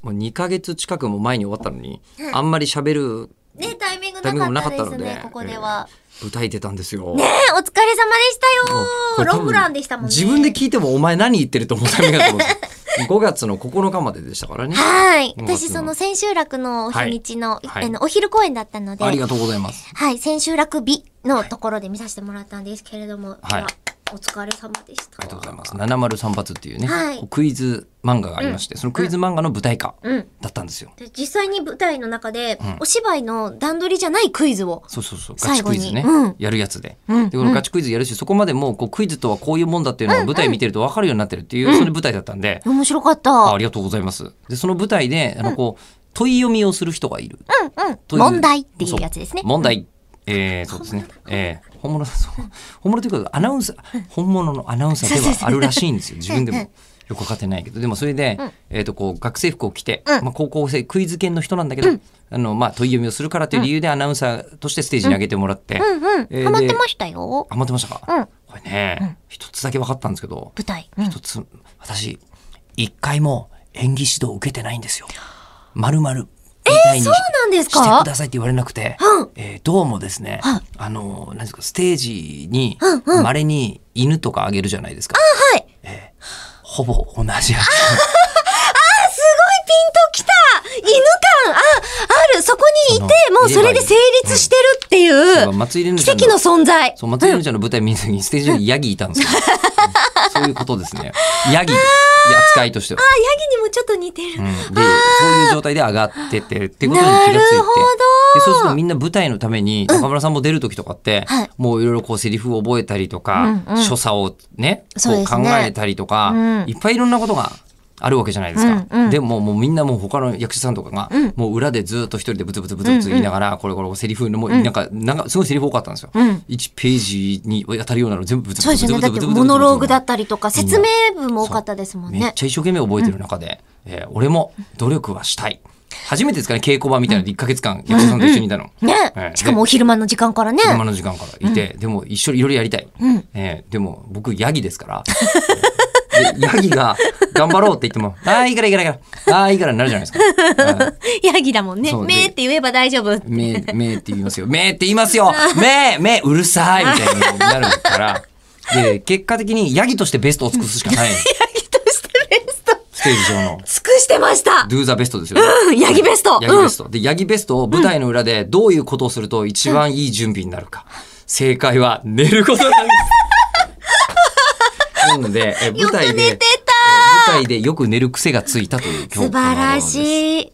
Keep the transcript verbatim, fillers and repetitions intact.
もうにかげつ近くも前に終わったのに、うん、あんまり喋る、 ね、タイミングなかったですね、ここでは。 舞台出たんですよ。 ねえ、お疲れ様でしたよ。ロングランでしたもんね。 自分で聞いてもお前何言ってると思ったんだと思う。ごがつのここのかまででしたからね。 はい。私その千秋楽の日にちの、はい、あのお昼公演だったので。 ありがとうございます。 はい。千秋楽日のところで見させてもらったんですけれども。 はい。 お疲れ様でした。 ありがとうございます。ななまるさん発っていうね、 はい、 クイズ漫画がありまして、うん、そのクイズ漫画の舞台化だったんですよ。 うん、で実際に舞台の中で、うん、お芝居の段取りじゃないクイズを、 そうそうそう、ガチクイズね、 うん、 やるやつで、 うん、 でこのガチクイズやるし、そこまでもうこうクイズとはこういうもんだっていうのを舞台見てると分かるようになってるっていう、うん、その舞台だったんで、 面白かった。 あ, ありがとうございます。でその舞台であのこう、うん、問い読みをする人がいる、 うんうん、問題っていうやつですね。 問題、えー、そうですね、えー、本物そう本物というかアナウンサー、本物のアナウンサーではあるらしいんですよ。自分でもよく分かってないけど、でもそれで、うん、えー、とこう学生服を着て、うんまあ、高校生クイズ研の人なんだけど、うん、あのまあ、問い読みをするからという理由でアナウンサーとしてステージに上げてもらって、 うんうんうんえー、ハマってましたよ。 ハマってましたか、 うん、 これね一、うん、つだけ分かったんですけど、 舞台一、うん、つ私一回も演技指導を受けてないんですよ。丸々 えー、そうなんですか。 してくださいって言われなくて、 うんえー、どうもですね、 はい、 あの何ですか、ステージにうんうん、 稀に犬とかあげるじゃないですか。 あ、はい、 えー、ほぼ同じやつ。あー、すごいピンときた。犬感、あ、ある。そこにいて、もうそれで成立してるっていう、うん、奇跡の存在。 そう、松井玲奈ちゃんの舞台見ずにステージ上にヤギいたんですよ。うん、そういうことですね。ヤギ扱いとしては。 あ、ヤギにもちょっと似てる。 うん、で、そういう状態で上がっててってことに気がついて。 なるほど。 でそうするとみんな舞台のために中村さんも出る時とかって、うん、もういろいろこうセリフを覚えたりとか、うんうん、所作をね、こう考えたりとか、うん、いっぱいいろんなことがあるわけじゃないですか。うんうん、でももうみんなもう他の役者さんとかが、うん、もう裏でずっと一人でブツブツブツブツ言いながら、うんうん、これこれセリフのもうなんか、うん、なんかすごいセリフ多かったんですよ。うん、いちページに当たるようなの全部ブツブツブツブツブツブツブツブツ。そうですね。だってモノローグだったりとか説明文も多かったですもんね。 めっちゃ一生懸命覚えてる中で、うんえー、俺も努力はしたい。初めてですかね、稽古場みたいなのでいっかげつかん役者さんと一緒にいたの、 うんうんねえー、しかもお昼間の時間からね、 昼間の時間からいて、うん、でも一緒にいろいろやりたい、うんえー、でも僕ヤギですからでヤギが頑張ろうって言ってもああいいからいいからいいからああいいからになるじゃないですか。 ヤギだもんね。めーって言えば大丈夫。 めーめーって言いますよ。めーって言いますよ。めーめーうるさいみたいになるからで結果的にヤギとしてベストを尽くすしかない。ヤギとしてベストステージ上の尽くしてました。 Do the best ですよ、ね。 うん、ヤギベスト。 ヤギベスト。で、ヤギベストを舞台の裏でどういうことをすると一番いい準備になるか。正解は寝ることなんです。なので、え舞台で、 よく寝てた。 舞台でよく寝る癖がついたという素晴らしい。